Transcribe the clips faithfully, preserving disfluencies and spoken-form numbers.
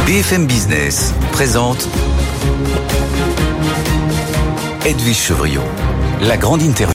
B F M Business présente Edwige Chevrillon, la grande interview.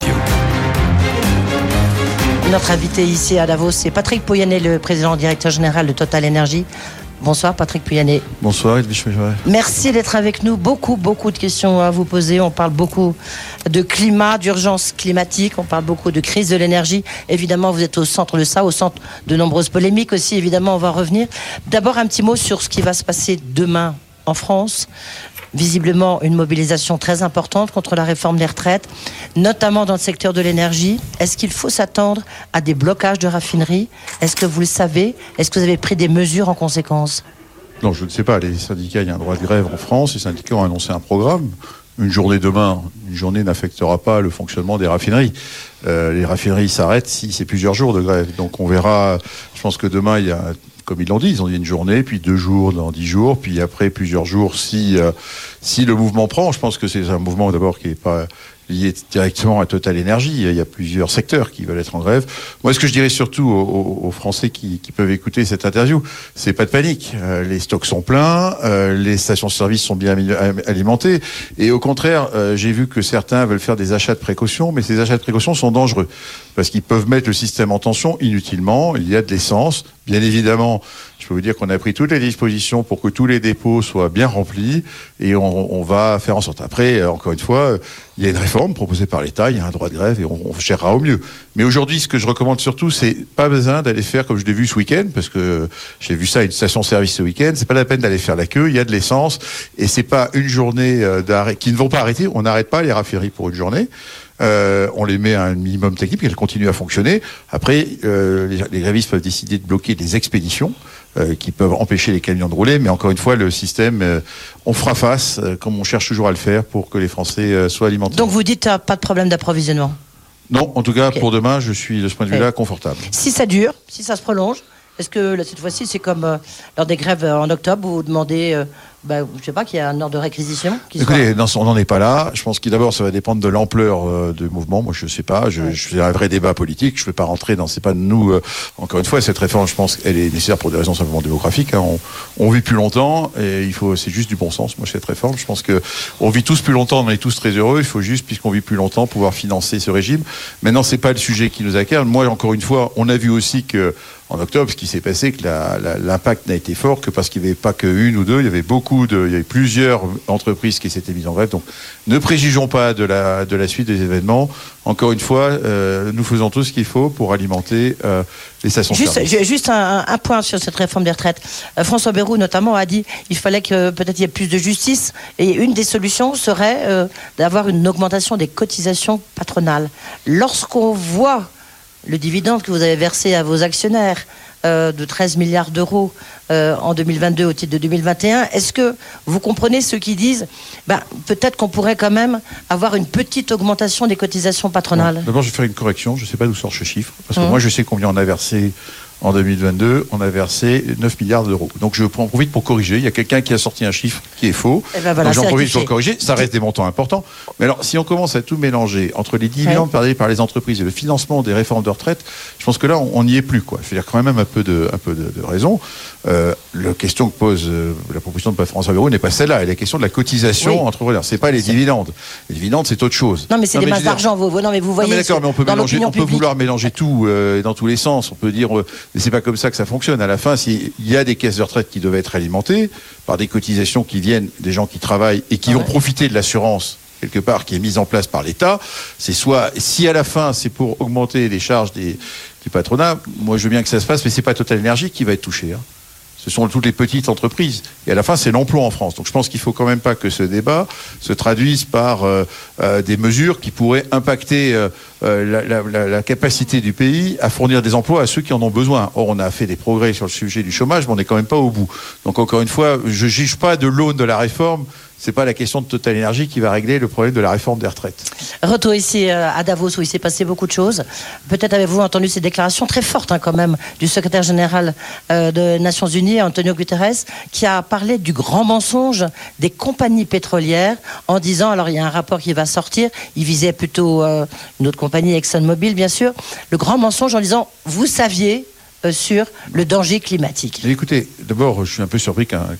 Notre invité ici à Davos, c'est Patrick Pouyanné, le président directeur général de Total Energy. Bonsoir Patrick Pouyanné. Bonsoir Edwige Chevrillon. Merci d'être avec nous. Beaucoup, beaucoup de questions à vous poser. On parle beaucoup de climat, d'urgence climatique. On parle beaucoup de crise de l'énergie. Évidemment, vous êtes au centre de ça, au centre de nombreuses polémiques aussi. Évidemment, on va revenir. D'abord, un petit mot sur ce qui va se passer demain en France. Visiblement, une mobilisation très importante contre la réforme des retraites, notamment dans le secteur de l'énergie. Est-ce qu'il faut s'attendre à des blocages de raffineries ? Est-ce que vous le savez ? Est-ce que vous avez pris des mesures en conséquence ? Non, je ne sais pas. Les syndicats, il y a un droit de grève en France. Les syndicats ont annoncé un programme. Une journée demain, une journée n'affectera pas le fonctionnement des raffineries. Euh, les raffineries s'arrêtent si c'est plusieurs jours de grève. Donc on verra. Je pense que demain, il y a... Comme ils l'ont dit, ils ont dit une journée, puis deux jours dans dix jours, puis après plusieurs jours si euh, si le mouvement prend. Je pense que c'est un mouvement d'abord qui n'est pas lié directement à Total Energy. Il y a plusieurs secteurs qui veulent être en grève. Moi, ce que je dirais surtout aux, aux Français qui, qui peuvent écouter cette interview, c'est pas de panique. Euh, les stocks sont pleins, euh, les stations-service sont bien alimentées, et au contraire, euh, j'ai vu que certains veulent faire des achats de précaution, mais ces achats de précaution sont dangereux parce qu'ils peuvent mettre le système en tension inutilement. Il y a de l'essence. Bien évidemment, je peux vous dire qu'on a pris toutes les dispositions pour que tous les dépôts soient bien remplis et on, on va faire en sorte. Après, encore une fois, il y a une réforme proposée par l'État, il y a un droit de grève et on, on gérera au mieux. Mais aujourd'hui, ce que je recommande surtout, c'est pas besoin d'aller faire comme je l'ai vu ce week-end, parce que j'ai vu ça à une station-service ce week-end. C'est pas la peine d'aller faire la queue. Il y a de l'essence et c'est pas une journée d'arrêt qui ne vont pas arrêter. On n'arrête pas les raffineries pour une journée. Euh, on les met à un minimum technique, qu'elles continuent à fonctionner. Après, euh, les, les grévistes peuvent décider de bloquer des expéditions euh, qui peuvent empêcher les camions de rouler. Mais encore une fois, le système, euh, on fera face, euh, comme on cherche toujours à le faire, pour que les Français euh, soient alimentés. Donc vous dites euh, pas de problème d'approvisionnement ? Non, en tout cas, okay. Pour demain, je suis de ce point de vue-là confortable. Si ça dure, si ça se prolonge, est-ce que là, cette fois-ci, c'est comme euh, lors des grèves euh, en octobre, où vous demandez... Euh, Bah, je ne sais pas, qu'il y a un ordre de réquisition qui Écoutez, soit... non, on n'en est pas là. Je pense que d'abord, ça va dépendre de l'ampleur euh, du mouvement. Moi, je ne sais pas. Je, ouais. je fais un vrai débat politique. Je ne vais pas rentrer dans... C'est pas de nous... Euh, encore une fois, cette réforme, je pense qu'elle est nécessaire pour des raisons simplement démographiques. Hein. On, on vit plus longtemps et il faut... C'est juste du bon sens, moi, cette réforme. Je pense qu'on vit tous plus longtemps. On est tous très heureux. Il faut juste, puisqu'on vit plus longtemps, pouvoir financer ce régime. Maintenant, ce n'est pas le sujet qui nous inquiète. Moi, encore une fois, on a vu aussi que... En octobre, ce qui s'est passé, que la, la, l'impact n'a été fort que parce qu'il n'y avait pas qu'une ou deux, il y avait beaucoup de, il y avait plusieurs entreprises qui s'étaient mises en grève. Donc, ne préjugeons pas de la, de la suite des événements. Encore une fois, euh, nous faisons tout ce qu'il faut pour alimenter euh, les stations-service. Juste, juste un, un point sur cette réforme des retraites. Euh, François Bayrou, notamment, a dit qu'il fallait que peut-être il y ait plus de justice. Et une des solutions serait euh, d'avoir une augmentation des cotisations patronales. Lorsqu'on voit le dividende que vous avez versé à vos actionnaires euh, de treize milliards d'euros euh, en deux mille vingt-deux au titre de deux mille vingt et un, est-ce que vous comprenez ceux qui disent ben, peut-être qu'on pourrait quand même avoir une petite augmentation des cotisations patronales ? Bon, d'abord, je vais faire une correction. Je ne sais pas d'où sort ce chiffre. Parce que mmh. moi, je sais combien on a versé en deux mille vingt-deux. On a versé neuf milliards d'euros. Donc, je prends profite pour corriger. Il y a quelqu'un qui a sorti un chiffre qui est faux. Et ben voilà, donc, j'en profite rectifié. pour corriger. Ça reste des montants importants. Mais alors, si on commence à tout mélanger entre les dividendes ouais. perdus par les entreprises et le financement des réformes de retraite, je pense que là, on n'y est plus, quoi. Je veux dire, quand même un peu de, un peu de, de raison. Euh, la question que pose euh, la proposition de François Bayrou n'est pas celle-là. Elle est la question de la cotisation oui. entrepreneurs. C'est pas les dividendes. Les dividendes, c'est autre chose. Non, mais c'est non, des masses d'argent. Vous, non, mais vous voyez. Non, mais d'accord, mais on peut mélanger, on peut publique. vouloir mélanger tout euh, dans tous les sens. On peut dire, euh, mais c'est pas comme ça que ça fonctionne. À la fin, s'il y a des caisses de retraite qui doivent être alimentées par des cotisations qui viennent des gens qui travaillent et qui ah vont ouais. profiter de l'assurance quelque part qui est mise en place par l'État, c'est soit, si à la fin c'est pour augmenter les charges des, du patronat, moi je veux bien que ça se passe, mais c'est pas Total Energy qui va être touché. Hein. Ce sont toutes les petites entreprises. Et à la fin, c'est l'emploi en France. Donc je pense qu'il ne faut quand même pas que ce débat se traduise par euh, euh, des mesures qui pourraient impacter euh, la, la, la capacité du pays à fournir des emplois à ceux qui en ont besoin. Or, on a fait des progrès sur le sujet du chômage, mais on n'est quand même pas au bout. Donc encore une fois, je ne juge pas de l'aune de la réforme. C'est pas la question de Total Energy qui va régler le problème de la réforme des retraites. Retour ici à Davos où il s'est passé beaucoup de choses. Peut-être avez-vous entendu ces déclarations très fortes hein, quand même du secrétaire général euh, des Nations Unies, Antonio Guterres, qui a parlé du grand mensonge des compagnies pétrolières en disant, alors il y a un rapport qui va sortir, il visait plutôt euh, une autre compagnie, ExxonMobil bien sûr, le grand mensonge en disant, vous saviez euh, sur le danger climatique. Mais écoutez, d'abord je suis un peu surpris qu'un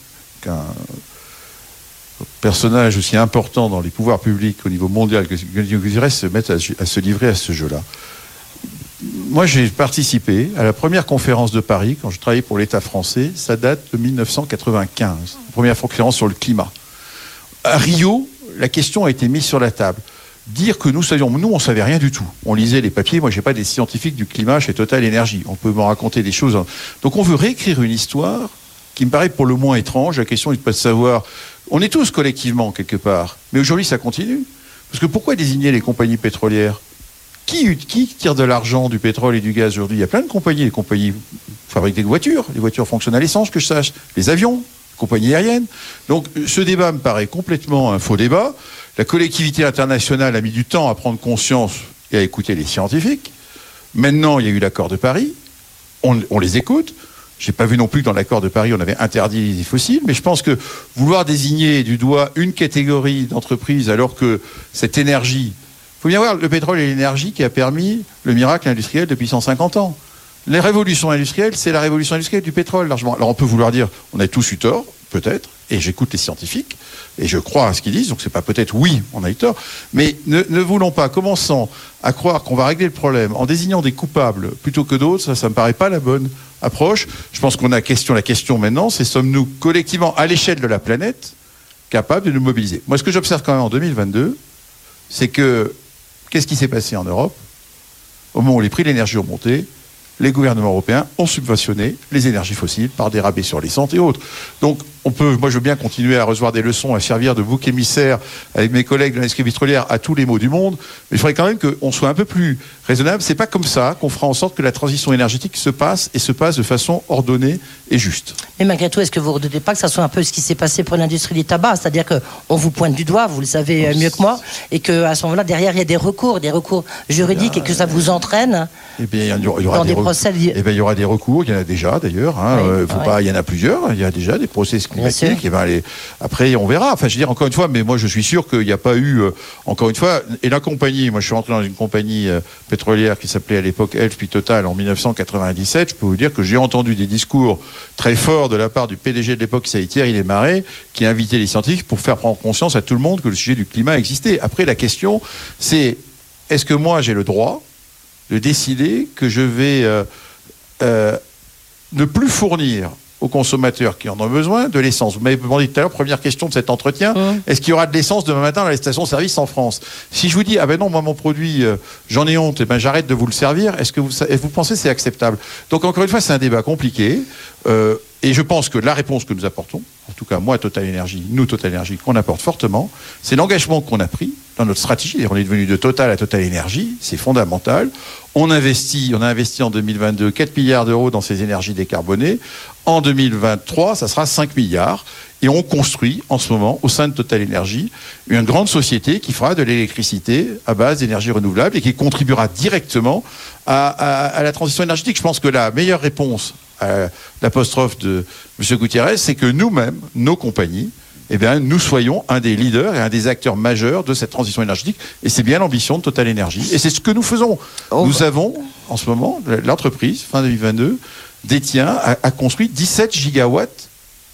qu'un personnage aussi important dans les pouvoirs publics au niveau mondial que Guterres se mette à, à se livrer à ce jeu-là. Moi, j'ai participé à la première conférence de Paris, quand je travaillais pour l'État français, ça date de mille neuf cent quatre-vingt-quinze, la première conférence sur le climat. À Rio, la question a été mise sur la table. Dire que nous savions, nous on savait rien du tout. On lisait les papiers, moi j'ai pas des scientifiques du climat chez Total Énergie. On peut me raconter des choses. Donc on veut réécrire une histoire qui me paraît pour le moins étrange. La question est de pas de savoir, on est tous collectivement quelque part, mais aujourd'hui ça continue. Parce que pourquoi désigner les compagnies pétrolières ? Qui, qui tire de l'argent du pétrole et du gaz aujourd'hui ? Il y a plein de compagnies. Les compagnies fabriquent des voitures. Les voitures fonctionnent à l'essence, que je sache. Les avions, compagnies aériennes. Donc ce débat me paraît complètement un faux débat. La collectivité internationale a mis du temps à prendre conscience et à écouter les scientifiques. Maintenant, il y a eu l'accord de Paris. On, on les écoute. Je n'ai pas vu non plus que dans l'accord de Paris, on avait interdit les fossiles. Mais je pense que vouloir désigner du doigt une catégorie d'entreprises alors que cette énergie... Il faut bien voir le pétrole et l'énergie qui a permis le miracle industriel depuis cent cinquante ans. Les révolutions industrielles, c'est la révolution industrielle du pétrole, largement. Alors on peut vouloir dire, on a tous eu tort, peut-être, et j'écoute les scientifiques, et je crois à ce qu'ils disent, donc c'est pas peut-être oui, on a eu tort, mais ne, ne voulons pas, commençant à croire qu'on va régler le problème en désignant des coupables plutôt que d'autres, ça, ça me paraît pas la bonne approche. Je pense qu'on a question, la question maintenant, c'est sommes-nous collectivement, à l'échelle de la planète, capables de nous mobiliser. Moi, ce que j'observe quand même en deux mille vingt-deux, c'est que qu'est-ce qui s'est passé en Europe ? Au moment où les prix de l'énergie ont monté, les gouvernements européens ont subventionné les énergies fossiles par des rabais sur l'essence et autres. Donc, on peut, moi je veux bien continuer à recevoir des leçons, à servir de bouc émissaire avec mes collègues de l'industrie pétrolière à tous les maux du monde, mais il faudrait quand même qu'on soit un peu plus raisonnable. C'est pas comme ça qu'on fera en sorte que la transition énergétique se passe et se passe de façon ordonnée et juste. Mais malgré tout, est-ce que vous ne redoutez pas que ça soit un peu ce qui s'est passé pour l'industrie du tabac ? C'est-à-dire qu'on vous pointe du doigt, vous le savez mieux que moi, et qu'à ce moment-là, derrière, il y a des recours, des recours juridiques, et que ça vous entraîne eh bien, il y aura dans des, des rec... procès. Eh bien, il y aura des recours, il y en a déjà d'ailleurs. Hein. Oui, euh, faut oui. pas, il y en a plusieurs, il y a déjà des procès climatiques. Et ben, les... Après, on verra. Enfin, je veux dire, encore une fois, mais moi, je suis sûr qu'il n'y a pas eu, euh, encore une fois, et la compagnie, moi, je suis rentré dans une compagnie euh, pétrolière qui s'appelait à l'époque Elf puis Total en mille neuf cent quatre-vingt-dix-sept. Je peux vous dire que j'ai entendu des discours très forts de la part du P D G de l'époque, qui s'appelait Thierry Desmarais, qui invitait les scientifiques pour faire prendre conscience à tout le monde que le sujet du climat existait. Après, la question, c'est est-ce que moi, j'ai le droit de décider que je vais euh, euh, ne plus fournir aux consommateurs qui en ont besoin de l'essence. Vous m'avez demandé tout à l'heure, première question de cet entretien, mmh. est-ce qu'il y aura de l'essence demain matin dans les stations-service en France ? Si je vous dis, ah ben non, moi mon produit, euh, j'en ai honte, et ben j'arrête de vous le servir, est-ce que vous, vous pensez que c'est acceptable ? Donc encore une fois, c'est un débat compliqué, euh, et je pense que la réponse que nous apportons, en tout cas moi, Total Énergie, nous Total Énergie, qu'on apporte fortement, c'est l'engagement qu'on a pris dans notre stratégie. On est devenu de Total à Total Énergie, c'est fondamental. On investit, on a investi en deux mille vingt-deux quatre milliards d'euros dans ces énergies décarbonées. En deux mille vingt-trois, ça sera cinq milliards. Et on construit en ce moment, au sein de Total Énergie, une grande société qui fera de l'électricité à base d'énergie renouvelable et qui contribuera directement à, à, à la transition énergétique. Je pense que la meilleure réponse à l'apostrophe de M. Guterres, c'est que nous-mêmes, nos compagnies, eh bien, nous soyons un des leaders et un des acteurs majeurs de cette transition énergétique. Et c'est bien l'ambition de Total Énergie. Et c'est ce que nous faisons. Oh. Nous avons, en ce moment, l'entreprise, fin deux mille vingt-deux, détient, a, a construit dix-sept gigawatts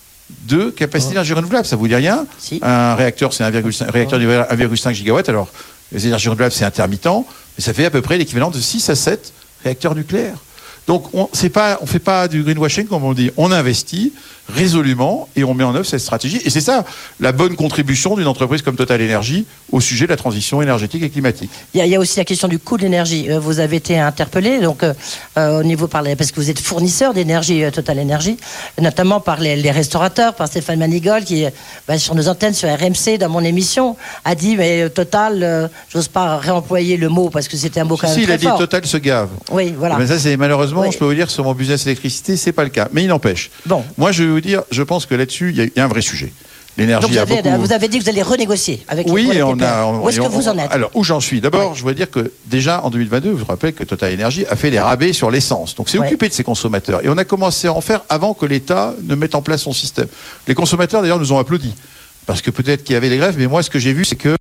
de capacité oh. d'énergie renouvelable. Ça vous dit rien ? Si. Un réacteur, c'est un virgule cinq, réacteur de un virgule cinq gigawatts. Alors, les énergies renouvelables, c'est intermittent. Mais ça fait à peu près l'équivalent de six à sept réacteurs nucléaires. Donc, on ne fait pas du greenwashing, comme on dit. On investit résolument et on met en œuvre cette stratégie. Et c'est ça, la bonne contribution d'une entreprise comme Total Énergie au sujet de la transition énergétique et climatique. Il y a, il y a aussi la question du coût de l'énergie. Vous avez été interpellé, donc, euh, au niveau par les, parce que vous êtes fournisseur d'énergie, euh, Total Énergie, notamment par les, les restaurateurs, par Stéphane Manigold, qui, bah, sur nos antennes, sur R M C, dans mon émission, a dit, mais Total, euh, j'ose pas réemployer le mot, parce que c'était un mot quand même si, très il a fort. dit Total se gave. Oui, voilà. Mais ça, c'est malheureusement, oui. je peux vous dire, sur mon business électricité, c'est pas le cas. Mais il n'empêche. Bon. Moi, je vais vous dire, je pense que là-dessus, il y, y a un vrai sujet. L'énergie Donc vous avez, a beaucoup... vous avez dit que vous allez renégocier avec les Oui, on a... On, où est-ce que on, vous en êtes ? Alors, où j'en suis ? D'abord, ouais. je voudrais dire que déjà, en deux mille vingt-deux, je vous rappelle que Total Énergie a fait des rabais sur l'essence. Donc, c'est ouais. occupé de ses consommateurs. Et on a commencé à en faire avant que l'État ne mette en place son système. Les consommateurs, d'ailleurs, nous ont applaudi. Parce que peut-être qu'il y avait des grèves, mais moi, ce que j'ai vu, c'est que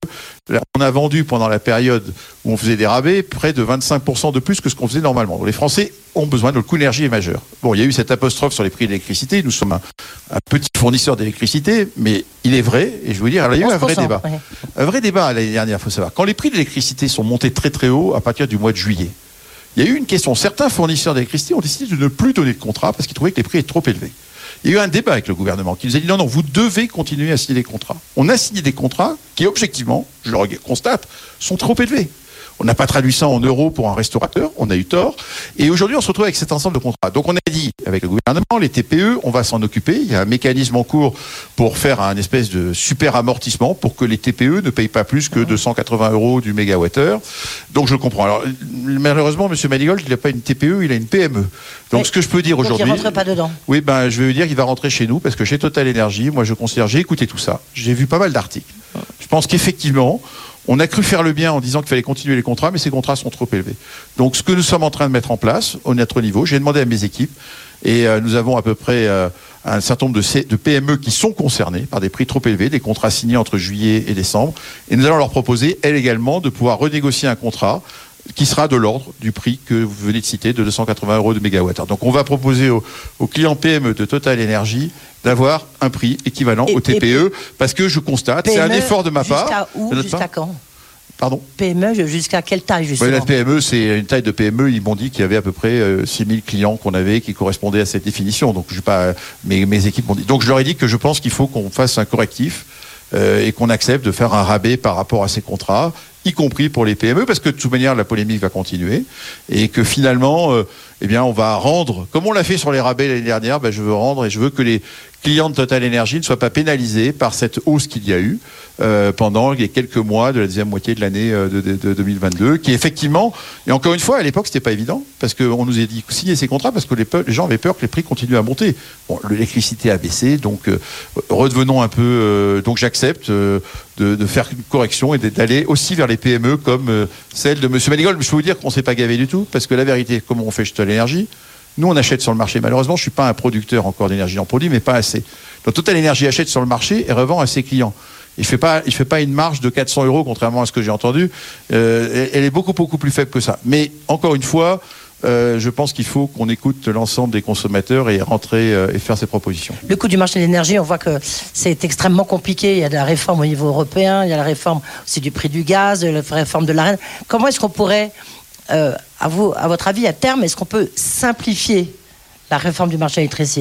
On a vendu pendant la période où on faisait des rabais près de vingt-cinq pour cent de plus que ce qu'on faisait normalement. Donc les Français ont besoin, notre coût d'énergie est majeur. Bon, il y a eu cette apostrophe sur les prix de l'électricité. Nous sommes un, un petit fournisseur d'électricité, mais il est vrai, et je veux dire, il y a eu un vrai débat. Ouais. Un vrai débat l'année dernière, il faut savoir. Quand les prix de l'électricité sont montés très très haut à partir du mois de juillet, il y a eu une question. Certains fournisseurs d'électricité ont décidé de ne plus donner de contrat parce qu'ils trouvaient que les prix étaient trop élevés. Il y a eu un débat avec le gouvernement qui nous a dit non, non, vous devez continuer à signer des contrats. On a signé des contrats qui, objectivement, je le constate, sont trop élevés. On n'a pas traduit ça en euros pour un restaurateur, on a eu tort. Et aujourd'hui, on se retrouve avec cet ensemble de contrats. Donc on a dit, avec le gouvernement, les T P E, on va s'en occuper. Il y a un mécanisme en cours pour faire un espèce de super amortissement pour que les T P E ne payent pas plus que deux cent quatre-vingts euros du mégawattheure. Donc je comprends. Alors malheureusement, M. Manigold, il n'a pas une T P E, il a une P M E. Donc oui. Ce que je peux dire aujourd'hui... Donc il ne rentre pas dedans. Oui, ben, je vais vous dire qu'il va rentrer chez nous parce que chez Total Énergie, moi je considère, j'ai écouté tout ça, j'ai vu pas mal d'articles. Je pense qu'effectivement... On a cru faire le bien en disant qu'il fallait continuer les contrats, mais ces contrats sont trop élevés. Donc, ce que nous sommes en train de mettre en place, au notre niveau, j'ai demandé à mes équipes, et euh, nous avons à peu près euh, un certain nombre de, C- de P M E qui sont concernés par des prix trop élevés, des contrats signés entre juillet et décembre, et nous allons leur proposer, elles également, de pouvoir renégocier un contrat qui sera de l'ordre du prix que vous venez de citer, de deux cent quatre-vingts euros de mégawattheure. Donc, on va proposer aux, aux clients P M E de Total Énergie d'avoir un prix équivalent et, au T P E, parce que je constate, P M E, c'est un effort de ma part. Jusqu'à où, jusqu'à quand ? Pardon ? P M E, jusqu'à quelle taille, justement ? Oui, la P M E, c'est une taille de P M E. Ils m'ont dit qu'il y avait à peu près euh, six mille clients qu'on avait qui correspondaient à cette définition. Donc, je sais pas, mes, mes équipes m'ont dit. Donc, je leur ai dit que je pense qu'il faut qu'on fasse un correctif euh, et qu'on accepte de faire un rabais par rapport à ces contrats, y compris pour les P M E, parce que de toute manière, la polémique va continuer et que finalement, euh, eh bien, on va rendre, comme on l'a fait sur les rabais l'année dernière, ben, je veux rendre et je veux que les clients de Total Énergie ne soient pas pénalisés par cette hausse qu'il y a eu euh, pendant les quelques mois de la deuxième moitié de l'année euh, de, de, de deux mille vingt-deux, qui effectivement, et encore une fois, à l'époque, c'était pas évident, parce qu'on nous a dit signer ces contrats parce que les, pe- les gens avaient peur que les prix continuent à monter. Bon, l'électricité a baissé, donc euh, redevenons un peu. Euh, donc j'accepte euh, de, de faire une correction et d'aller aussi vers les P M E comme euh, celle de M. Manigold. Je peux vous dire qu'on ne s'est pas gavé du tout, parce que la vérité, comme on fait chez Total Énergie, nous, on achète sur le marché. Malheureusement, je ne suis pas un producteur encore d'énergie en produit, mais pas assez. Donc, Total Énergie achète sur le marché et revend à ses clients. Il ne fait pas, il fait pas une marge de quatre cents euros, contrairement à ce que j'ai entendu. Euh, elle est beaucoup, beaucoup plus faible que ça. Mais, encore une fois, euh, je pense qu'il faut qu'on écoute l'ensemble des consommateurs et rentrer euh, et faire ces propositions. Le coût du marché de l'énergie, on voit que c'est extrêmement compliqué. Il y a de la réforme au niveau européen, il y a la réforme aussi du prix du gaz, la réforme de l'A R E N. Comment est-ce qu'on pourrait... Euh, à, vous, à votre avis, à terme, est-ce qu'on peut simplifier la réforme du marché de l'électricité ?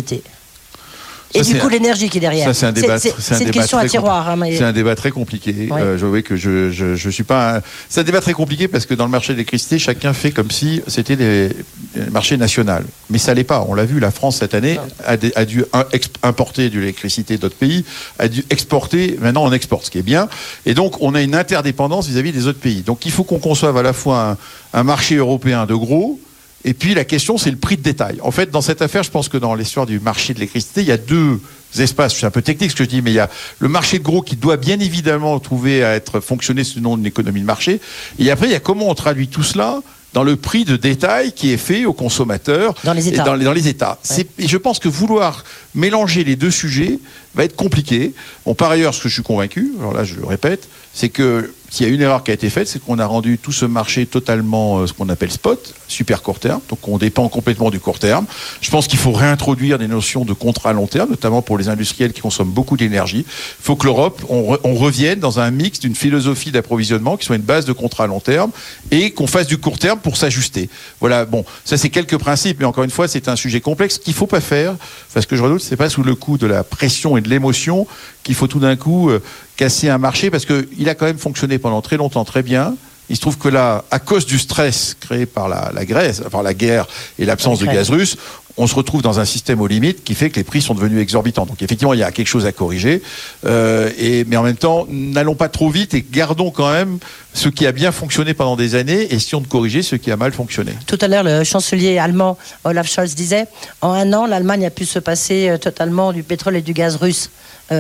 Et ça, du coup, un... l'énergie qui est derrière. Ça, c'est un débat. C'est, c'est, c'est, c'est une question à tiroir. Hein, mais... C'est un débat très compliqué. Oui. Euh, je vois que je, je, je suis pas. Un... C'est un débat très compliqué parce que dans le marché de l'électricité, chacun fait comme si c'était des marchés nationaux. Mais ça l'est pas. On l'a vu. La France cette année a, a dû importer de l'électricité d'autres pays, a dû exporter. Maintenant, on exporte, ce qui est bien. Et donc, on a une interdépendance vis-à-vis des autres pays. Donc, il faut qu'on conçoive à la fois un, un marché européen de gros. Et puis la question, c'est le prix de détail. En fait, dans cette affaire, je pense que dans l'histoire du marché de l'électricité, il y a deux espaces. C'est un peu technique ce que je dis, mais il y a le marché de gros qui doit bien évidemment trouver à être fonctionner selon une économie de marché. Et après, il y a comment on traduit tout cela dans le prix de détail qui est fait aux consommateurs dans les États. Et dans, les, dans les États. Ouais. C'est, et je pense que vouloir mélanger les deux sujets va être compliqué. Bon, par ailleurs, ce que je suis convaincu, alors là je le répète, c'est que s'il y a une erreur qui a été faite, c'est qu'on a rendu tout ce marché totalement euh, ce qu'on appelle spot, super court terme, donc on dépend complètement du court terme. Je pense qu'il faut réintroduire des notions de contrat à long terme, notamment pour les industriels qui consomment beaucoup d'énergie. Il faut que l'Europe, on, re, on revienne dans un mix d'une philosophie d'approvisionnement qui soit une base de contrat à long terme et qu'on fasse du court terme pour s'ajuster. Voilà, bon, ça c'est quelques principes, mais encore une fois, c'est un sujet complexe qu'il ne faut pas faire, parce que je redoute, c'est pas sous le coup de la pression et de l'émotion qu'il faut tout d'un coup euh, casser un marché, parce qu'il a quand même fonctionné pendant très longtemps très bien. Il se trouve que là, à cause du stress créé par la, la Grèce, enfin la guerre et l'absence de gaz russe, on se retrouve dans un système aux limites qui fait que les prix sont devenus exorbitants. Donc effectivement, il y a quelque chose à corriger. Euh, et, mais en même temps, n'allons pas trop vite et gardons quand même ce qui a bien fonctionné pendant des années et essayons de corriger ce qui a mal fonctionné. Tout à l'heure, le chancelier allemand Olaf Scholz disait « En un an, l'Allemagne a pu se passer totalement du pétrole et du gaz russe. Euh, »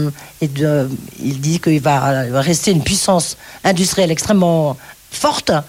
et de, il dit qu'il va, va rester une puissance industrielle extrêmement forte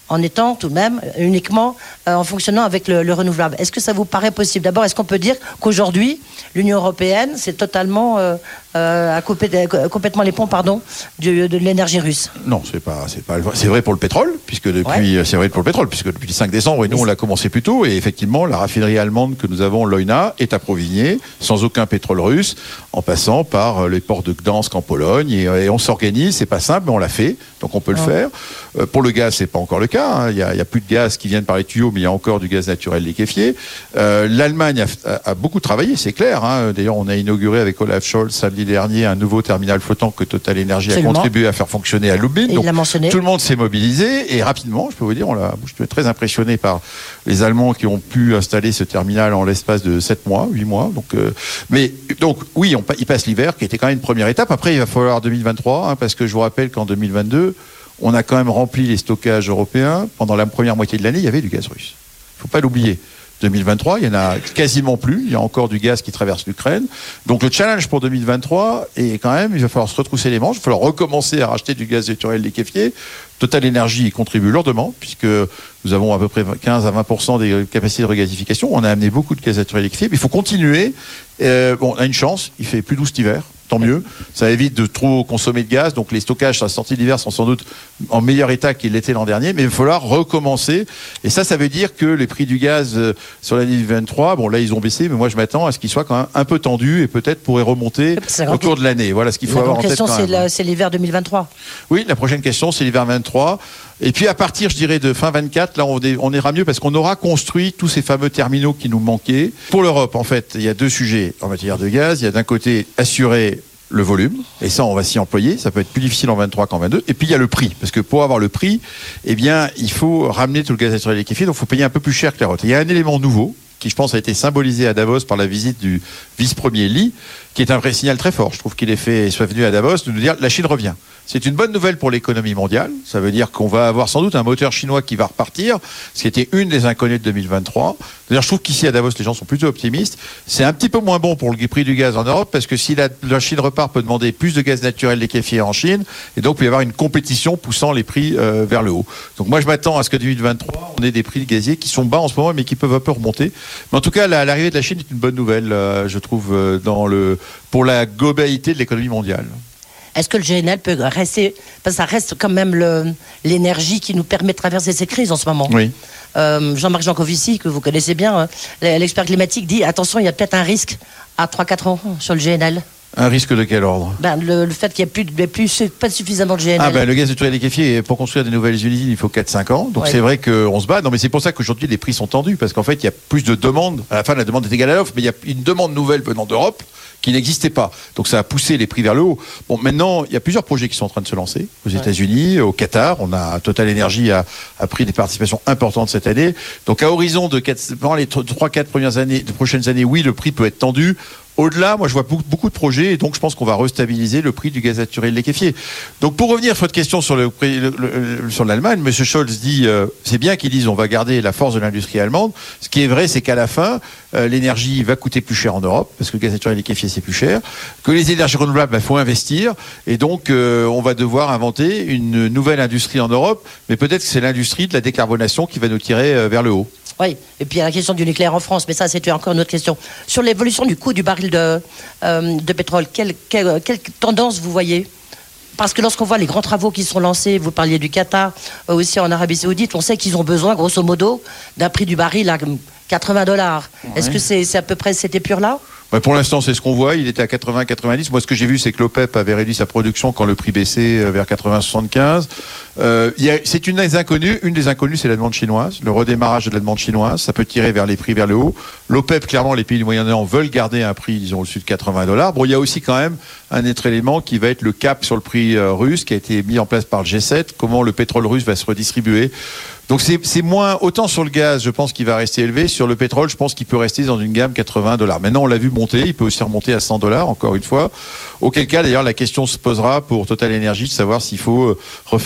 en étant tout de même uniquement euh, en fonctionnant avec le, le renouvelable. Est-ce que ça vous paraît possible? D'abord, est-ce qu'on peut dire qu'aujourd'hui, l'Union européenne, c'est totalement euh, euh, à couper de, complètement les ponts, pardon, de, de l'énergie russe? Non, c'est pas, c'est pas, c'est vrai pour le pétrole, puisque depuis, ouais. c'est vrai pour le pétrole, puisque depuis le cinq décembre, et nous, on l'a commencé plus tôt, et effectivement, la raffinerie allemande que nous avons, Leuna, est approvisionnée sans aucun pétrole russe, en passant par les ports de Gdansk en Pologne, et, et on s'organise, c'est pas simple, mais on l'a fait, donc on peut le oh. faire. Euh, pour le gaz, c'est pas encore le cas, hein. il y a, il y a plus de gaz qui viennent par les tuyaux, mais il y a encore du gaz naturel liquéfié. Euh, L'Allemagne a, a, a beaucoup travaillé, c'est clair, hein. D'ailleurs, on a inauguré avec Olaf Scholz samedi dernier un nouveau terminal flottant que Total Energy a contribué à faire fonctionner à Lubmin. Donc, tout le monde s'est mobilisé, et rapidement, je peux vous dire, on l'a, je suis très impressionné par les Allemands qui ont pu installer ce terminal en l'espace de sept mois, huit mois. Donc, euh, mais donc oui, on, il passe l'hiver, qui était quand même une première étape. Après, il va falloir deux mille vingt-trois, hein, parce que je vous rappelle qu'en deux mille vingt-deux, on a quand même rempli les stockages européens. Pendant la première moitié de l'année, il y avait du gaz russe. Il ne faut pas l'oublier. deux mille vingt-trois, il y en a quasiment plus. Il y a encore du gaz qui traverse l'Ukraine. Donc le challenge pour deux mille vingt-trois est quand même, il va falloir se retrousser les manches. Il va falloir recommencer à racheter du gaz naturel liquéfié. Total Energy y contribue lourdement, puisque nous avons à peu près quinze à vingt pour cent des capacités de regasification. On a amené beaucoup de gaz naturel liquéfié, mais il faut continuer. Euh, bon, on a une chance, il fait plus doux cet hiver. Tant mieux, ça évite de trop consommer de gaz, donc les stockages sur la sortie d'hiver sont sans doute en meilleur état qu'ils l'étaient l'an dernier, mais il va falloir recommencer, et ça, ça veut dire que les prix du gaz sur l'année deux mille vingt-trois, bon là ils ont baissé, mais moi je m'attends à ce qu'ils soient quand même un peu tendus, et peut-être pourraient remonter au cours de l'année. Voilà ce qu'il faut avoir en tête quand même. La question, c'est l'hiver deux mille vingt-trois. Oui, la prochaine question, c'est l'hiver vingt-trois. Et puis à partir, je dirais, de fin vingt-quatre, là on, est, on ira mieux parce qu'on aura construit tous ces fameux terminaux qui nous manquaient. Pour l'Europe, en fait, il y a deux sujets en matière de gaz. Il y a d'un côté assurer le volume, et ça on va s'y employer, ça peut être plus difficile en vingt-trois qu'en vingt-deux, et puis il y a le prix, parce que pour avoir le prix, eh bien il faut ramener tout le gaz naturel liquéfié, donc il faut payer un peu plus cher que la route. Il y a un élément nouveau, qui je pense a été symbolisé à Davos par la visite du vice-premier Lee, qui est un vrai signal très fort. Je trouve qu'il est fait, soit venu à Davos, de nous dire la Chine revient. C'est une bonne nouvelle pour l'économie mondiale. Ça veut dire qu'on va avoir sans doute un moteur chinois qui va repartir, ce qui était une des inconnues de deux mille vingt-trois. D'ailleurs, je trouve qu'ici à Davos, les gens sont plutôt optimistes. C'est un petit peu moins bon pour le prix du gaz en Europe, parce que si la, la Chine repart, peut demander plus de gaz naturel liquéfié en Chine, et donc il peut y avoir une compétition poussant les prix euh, vers le haut. Donc moi, je m'attends à ce que deux mille vingt-trois, on ait des prix de gazier qui sont bas en ce moment, mais qui peuvent un peu remonter. Mais en tout cas, la, l'arrivée de la Chine est une bonne nouvelle, euh, je trouve, euh, dans le, pour la globalité de l'économie mondiale. Est-ce que le G N L peut rester, parce que ça reste quand même le, l'énergie qui nous permet de traverser ces crises en ce moment. Oui. Euh, Jean-Marc Jancovici, que vous connaissez bien, hein, l'expert climatique, dit attention, il y a peut-être un risque à trois à quatre ans sur le G N L. Un risque de quel ordre? Ben, le, le fait qu'il n'y ait plus, plus, plus pas suffisamment de G N L. Ah ben, le gaz naturel liquéfié, pour construire des nouvelles usines, il faut quatre à cinq ans. Donc ouais. C'est vrai qu'on se bat. Non, mais c'est pour ça qu'aujourd'hui, les prix sont tendus. Parce qu'en fait, il y a plus de demandes. À la fin, la demande est égale à l'offre, mais il y a une demande nouvelle venant d'Europe qui n'existait pas. Donc ça a poussé les prix vers le haut. Bon, maintenant, il y a plusieurs projets qui sont en train de se lancer. Aux ouais. États-Unis, au Qatar, on a Total Energy a, a pris des participations importantes cette année. Donc à horizon de quatre, pendant les trois quatre premières années, de prochaines années, oui, le prix peut être tendu. Au-delà, moi, je vois beaucoup, beaucoup de projets, et donc je pense qu'on va restabiliser le prix du gaz naturel liquéfié. Donc, pour revenir sur votre question sur le, le, le sur l'Allemagne, M. Scholz dit, euh, c'est bien qu'ils disent, on va garder la force de l'industrie allemande. Ce qui est vrai, c'est qu'à la fin, euh, l'énergie va coûter plus cher en Europe, parce que le gaz naturel liquéfié, c'est plus cher. Que les énergies renouvelables, il bah, faut investir, et donc euh, on va devoir inventer une nouvelle industrie en Europe, mais peut-être que c'est l'industrie de la décarbonation qui va nous tirer euh, vers le haut. Oui, et puis il y a la question du nucléaire en France, mais ça, c'est encore une autre question. Sur l'évolution du coût du baril de, euh, de pétrole, quelle, quelle, quelle tendance vous voyez ? Parce que lorsqu'on voit les grands travaux qui sont lancés, vous parliez du Qatar, euh, aussi en Arabie Saoudite, on sait qu'ils ont besoin, grosso modo, d'un prix du baril à quatre-vingts dollars. Ouais. Est-ce que c'est, c'est à peu près cette épure-là ? Ouais, pour l'instant, c'est ce qu'on voit. Il était à quatre-vingts à quatre-vingt-dix. Moi, ce que j'ai vu, c'est que l'OPEP avait réduit sa production quand le prix baissait vers quatre-vingts à soixante-quinze. Euh, il y a, c'est une des inconnues. Une des inconnues, c'est la demande chinoise. Le redémarrage de la demande chinoise, ça peut tirer vers les prix vers le haut. L'OPEP, clairement, les pays du Moyen-Orient veulent garder un prix, disons, au-dessus de quatre-vingts dollars. Bon, il y a aussi quand même un autre élément qui va être le cap sur le prix euh, russe, qui a été mis en place par le G sept. Comment le pétrole russe va se redistribuer. Donc c'est, c'est moins, autant sur le gaz, je pense qu'il va rester élevé. Sur le pétrole, je pense qu'il peut rester dans une gamme quatre-vingts dollars. Maintenant, on l'a vu monter, il peut aussi remonter à cent dollars, encore une fois. Auquel cas, d'ailleurs, la question se posera pour Total Energy de savoir s'il faut refaire des gestes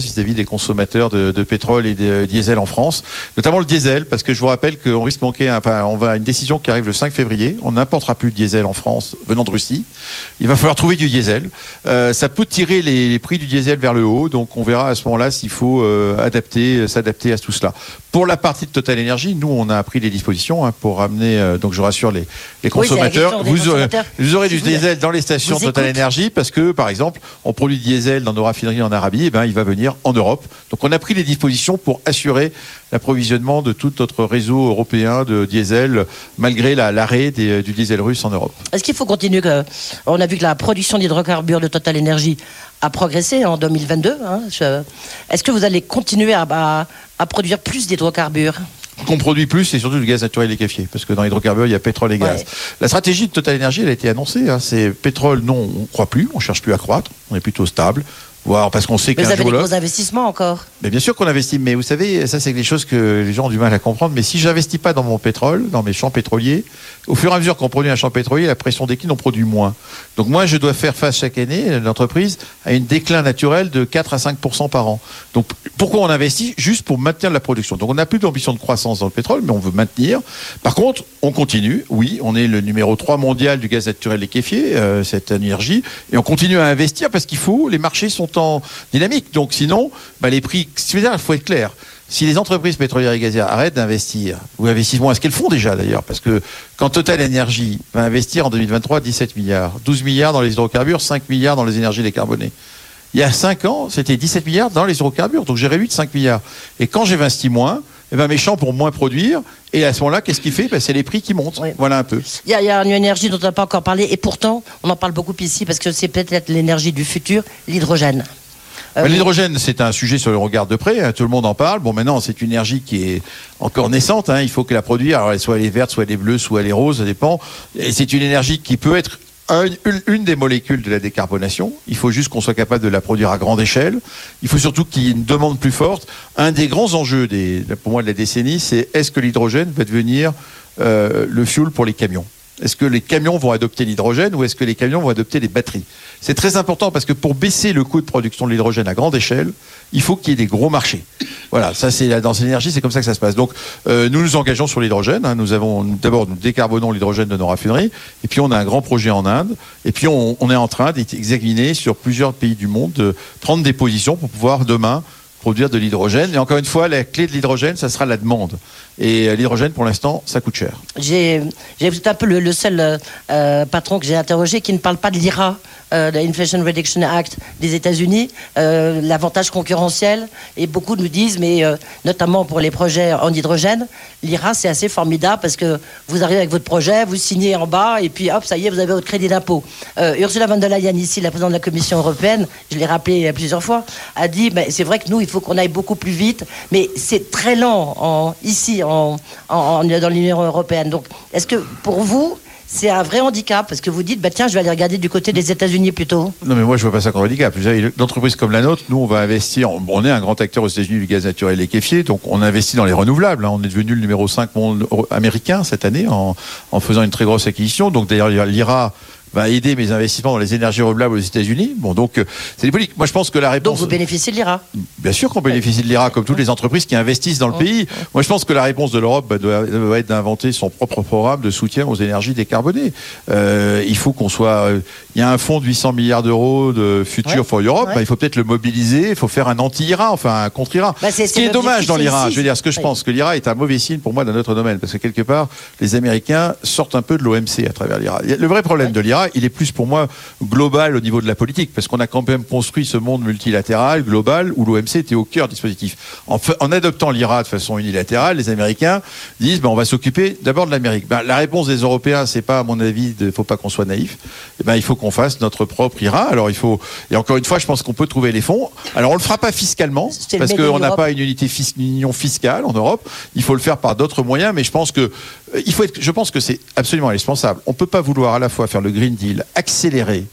sérieuse vis-à-vis des consommateurs de, de pétrole et de diesel en France, notamment le diesel, parce que je vous rappelle qu'on risque de manquer, enfin, on va à une décision qui arrive le cinq février, on n'importera plus de diesel en France venant de Russie, il va falloir trouver du diesel, euh, ça peut tirer les, les prix du diesel vers le haut, donc on verra à ce moment-là s'il faut euh, adapter, s'adapter à tout cela. Pour la partie de Total Energy, nous on a pris des dispositions hein, pour ramener, euh, donc je rassure les, les consommateurs, oui, vous, consommateurs. Aurez, vous aurez du vous diesel dans les stations Total Energy, parce que par exemple, on produit du diesel dans nos raffineries en Arabie, et ben, il va venir en Europe. Donc on a pris des dispositions pour assurer l'approvisionnement de tout notre réseau européen de diesel, malgré la, l'arrêt des, du diesel russe en Europe. Est-ce qu'il faut continuer que, on a vu que la production d'hydrocarbures de Total Energy a progressé en deux mille vingt-deux. Hein. Est-ce que vous allez continuer à, à, à produire plus d'hydrocarbures ? Qu'on produit plus, c'est surtout du gaz naturel liquéfié, parce que dans l'hydrocarbure, il y a pétrole et gaz. Ouais. La stratégie de Total Energy, elle a été annoncée. Hein. C'est pétrole, non, on ne croit plus, on ne cherche plus à croître, on est plutôt stable. Voire parce qu'on sait mais qu'un vous avez jour des là, gros investissements encore. Mais bien sûr qu'on investit, mais vous savez, ça c'est des choses que les gens ont du mal à comprendre. Mais si j'investis pas dans mon pétrole, dans mes champs pétroliers, au fur et à mesure qu'on produit un champ pétrolier, la pression décline, on produit moins. Donc moi, je dois faire face chaque année, l'entreprise, à une déclin naturel de quatre à cinq pour cent par an. Donc pourquoi on investit ? Juste pour maintenir la production. Donc on n'a plus d'ambition de croissance dans le pétrole, mais on veut maintenir. Par contre, on continue. Oui, on est le numéro trois mondial du gaz naturel liquéfié, euh, cette énergie, et on continue à investir parce qu'il faut. Les marchés sont en dynamique. Donc sinon, bah, les prix, il faut être clair. Si les entreprises pétrolières et gazières arrêtent d'investir, ou investissent moins, ce qu'elles font déjà d'ailleurs, parce que quand Total Energy va investir en deux mille vingt-trois dix-sept milliards, douze milliards dans les hydrocarbures, cinq milliards dans les énergies décarbonées. Il y a cinq ans, c'était dix-sept milliards dans les hydrocarbures, donc j'ai réduit de cinq milliards. Et quand j'investis moins, eh ben mes champs pourront moins produire, et à ce moment-là, qu'est-ce qu'il fait ? Ben, c'est les prix qui montent. Oui. Voilà un peu. Il y, a, il y a une énergie dont on n'a pas encore parlé, et pourtant, on en parle beaucoup ici, parce que c'est peut-être l'énergie du futur, l'hydrogène. Euh, L'hydrogène, c'est un sujet sur le regard de près, hein, tout le monde en parle. Bon, maintenant, c'est une énergie qui est encore naissante, hein, il faut que la produire, alors soit elle est verte, soit elle est bleue, soit elle est rose, ça dépend. Et c'est une énergie qui peut être un, une, une des molécules de la décarbonation. Il faut juste qu'on soit capable de la produire à grande échelle. Il faut surtout qu'il y ait une demande plus forte. Un des grands enjeux, des, pour moi, de la décennie, c'est est-ce que l'hydrogène va devenir euh, le fuel pour les camions ? Est-ce que les camions vont adopter l'hydrogène ou est-ce que les camions vont adopter les batteries ? C'est très important parce que pour baisser le coût de production de l'hydrogène à grande échelle, il faut qu'il y ait des gros marchés. Voilà, ça c'est dans l'énergie, c'est comme ça que ça se passe. Donc euh, nous nous engageons sur l'hydrogène. Hein. Nous avons d'abord nous décarbonons l'hydrogène de nos raffineries, et puis on a un grand projet en Inde, et puis on, on est en train d'examiner sur plusieurs pays du monde de prendre des positions pour pouvoir demain produire de l'hydrogène. Et encore une fois, la clé de l'hydrogène, ça sera la demande. Et l'hydrogène, pour l'instant, ça coûte cher. J'ai, j'ai vu un peu le, le seul euh, patron que j'ai interrogé qui ne parle pas de l'I R A, euh, l'Inflation Reduction Act des États-Unis, euh, l'avantage concurrentiel. Et beaucoup nous disent, mais euh, notamment pour les projets en hydrogène, l'I R A, c'est assez formidable parce que vous arrivez avec votre projet, vous signez en bas, et puis hop, ça y est, vous avez votre crédit d'impôt. Euh, Ursula von der Leyen, ici, la présidente de la Commission européenne, je l'ai rappelé plusieurs fois, a dit, ben, c'est vrai que nous, il faut qu'on aille beaucoup plus vite, mais c'est très lent en, ici, En, en, dans l'Union européenne. Donc, est-ce que pour vous, c'est un vrai handicap ? Parce que vous dites, bah, tiens, je vais aller regarder du côté des États-Unis plutôt. Non, mais moi, je ne vois pas ça comme un handicap. Une entreprise comme la nôtre, nous, on va investir. On est un grand acteur aux États-Unis du gaz naturel liquéfié, donc on investit dans les renouvelables. Hein. On est devenu le numéro cinq monde américain cette année en, en faisant une très grosse acquisition. Donc, d'ailleurs, l'I R A va aider mes investissements dans les énergies renouvelables aux États-Unis. Bon, donc, euh, c'est des politiques. Moi, je pense que la réponse. Donc, vous bénéficiez de l'I R A ? Bien sûr qu'on bénéficie de l'I R A, comme toutes les entreprises qui investissent dans le pays. Moi, je pense que la réponse de l'Europe bah, doit, doit être d'inventer son propre programme de soutien aux énergies décarbonées. Euh, il faut qu'on soit. Il euh, y a un fonds de huit cents milliards d'euros de Future ouais. for Europe. Ouais. Bah, il faut peut-être le mobiliser. Il faut faire un anti-I R A, enfin un contre-I R A. Bah, c'est, ce qui est, est dommage dans l'I R A. Je veux dire, ce que je pense, que l'I R A est un mauvais signe pour moi dans notre domaine, parce que quelque part, les Américains sortent un peu de l'O M C à travers l'I R A. Le vrai problème ouais. de l'I R A, il est plus pour moi global au niveau de la politique, parce qu'on a quand même construit ce monde multilatéral, global, où l'O M C était au cœur du dispositif. En, fa- en adoptant l'I R A de façon unilatérale, les Américains disent ben, on va s'occuper d'abord de l'Amérique. Ben, la réponse des Européens, c'est pas, à mon avis, il ne faut pas qu'on soit naïf. Et ben, il faut qu'on fasse notre propre I R A. Alors il faut, et encore une fois, je pense qu'on peut trouver les fonds. Alors on le fera pas fiscalement, c'est parce qu'on n'a pas une unité fis- une union fiscale en Europe. Il faut le faire par d'autres moyens, mais je pense que euh, il faut être, je pense que c'est absolument indispensable. On peut pas vouloir à la fois faire le Green Deal, accélérer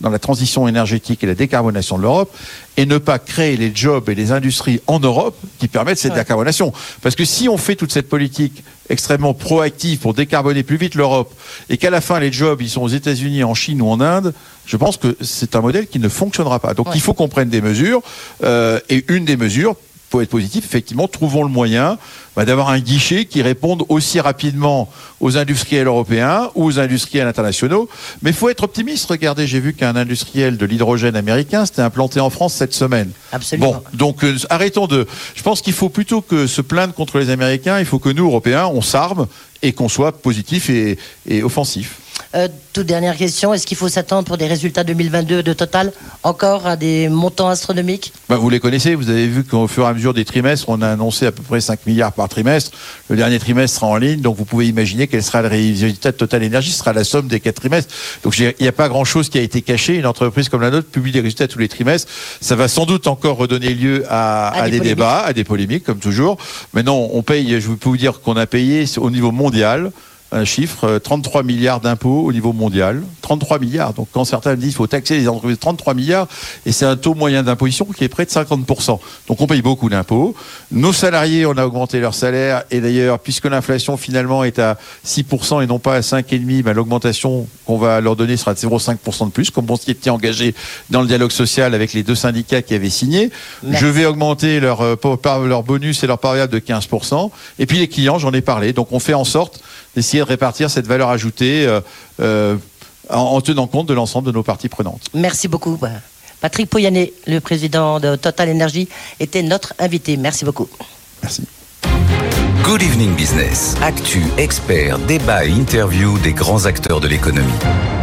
dans la transition énergétique et la décarbonation de l'Europe et ne pas créer les jobs et les industries en Europe qui permettent cette ouais. décarbonation. Parce que si on fait toute cette politique extrêmement proactive pour décarboner plus vite l'Europe et qu'à la fin les jobs ils sont aux États-Unis, en Chine ou en Inde, je pense que c'est un modèle qui ne fonctionnera pas. Donc ouais. il faut qu'on prenne des mesures euh, et une des mesures, pour être positif, effectivement, trouvons le moyen bah, d'avoir un guichet qui réponde aussi rapidement aux industriels européens ou aux industriels internationaux. Mais il faut être optimiste. Regardez, j'ai vu qu'un industriel de l'hydrogène américain s'était implanté en France cette semaine. Absolument. Bon, donc euh, arrêtons de... Je pense qu'il faut plutôt que se plaindre contre les Américains, il faut que nous, Européens, on s'arme et qu'on soit positif et, et offensif. Euh, toute dernière question, est-ce qu'il faut s'attendre pour des résultats deux mille vingt-deux de Total encore à des montants astronomiques ? Bah, vous les connaissez, vous avez vu qu'au fur et à mesure des trimestres, on a annoncé à peu près cinq milliards par trimestre. Le dernier trimestre sera en ligne, donc vous pouvez imaginer quel sera le résultat de Total Énergie, ce sera la somme des quatre trimestres. Donc il n'y a pas grand-chose qui a été caché. Une entreprise comme la nôtre publie des résultats tous les trimestres. Ça va sans doute encore redonner lieu à, à, à des, des débats, à des polémiques, comme toujours. Mais non, on paye, je peux vous dire qu'on a payé au niveau mondial un chiffre, trente-trois milliards d'impôts au niveau mondial. trente-trois milliards. Donc quand certains disent qu'il faut taxer les entreprises, trente-trois milliards, et c'est un taux moyen d'imposition qui est près de cinquante pour cent. Donc on paye beaucoup d'impôts. Nos salariés, on a augmenté leur salaire, et d'ailleurs, puisque l'inflation finalement est à six pour cent et non pas à cinq virgule cinq pour cent, ben, l'augmentation qu'on va leur donner sera de zéro virgule cinq pour cent de plus, comme on s'y était engagé dans le dialogue social avec les deux syndicats qui avaient signé. Merci. Je vais augmenter leur, leur bonus et leur part variable de quinze pour cent. Et puis les clients, j'en ai parlé. Donc on fait en sorte d'essayer de répartir cette valeur ajoutée euh, euh, en, en tenant compte de l'ensemble de nos parties prenantes. Merci beaucoup. Patrick Pouyanné, le président de Total Énergie, était notre invité. Merci beaucoup. Merci. Good Evening Business. Actu, experts, débat et interview des grands acteurs de l'économie.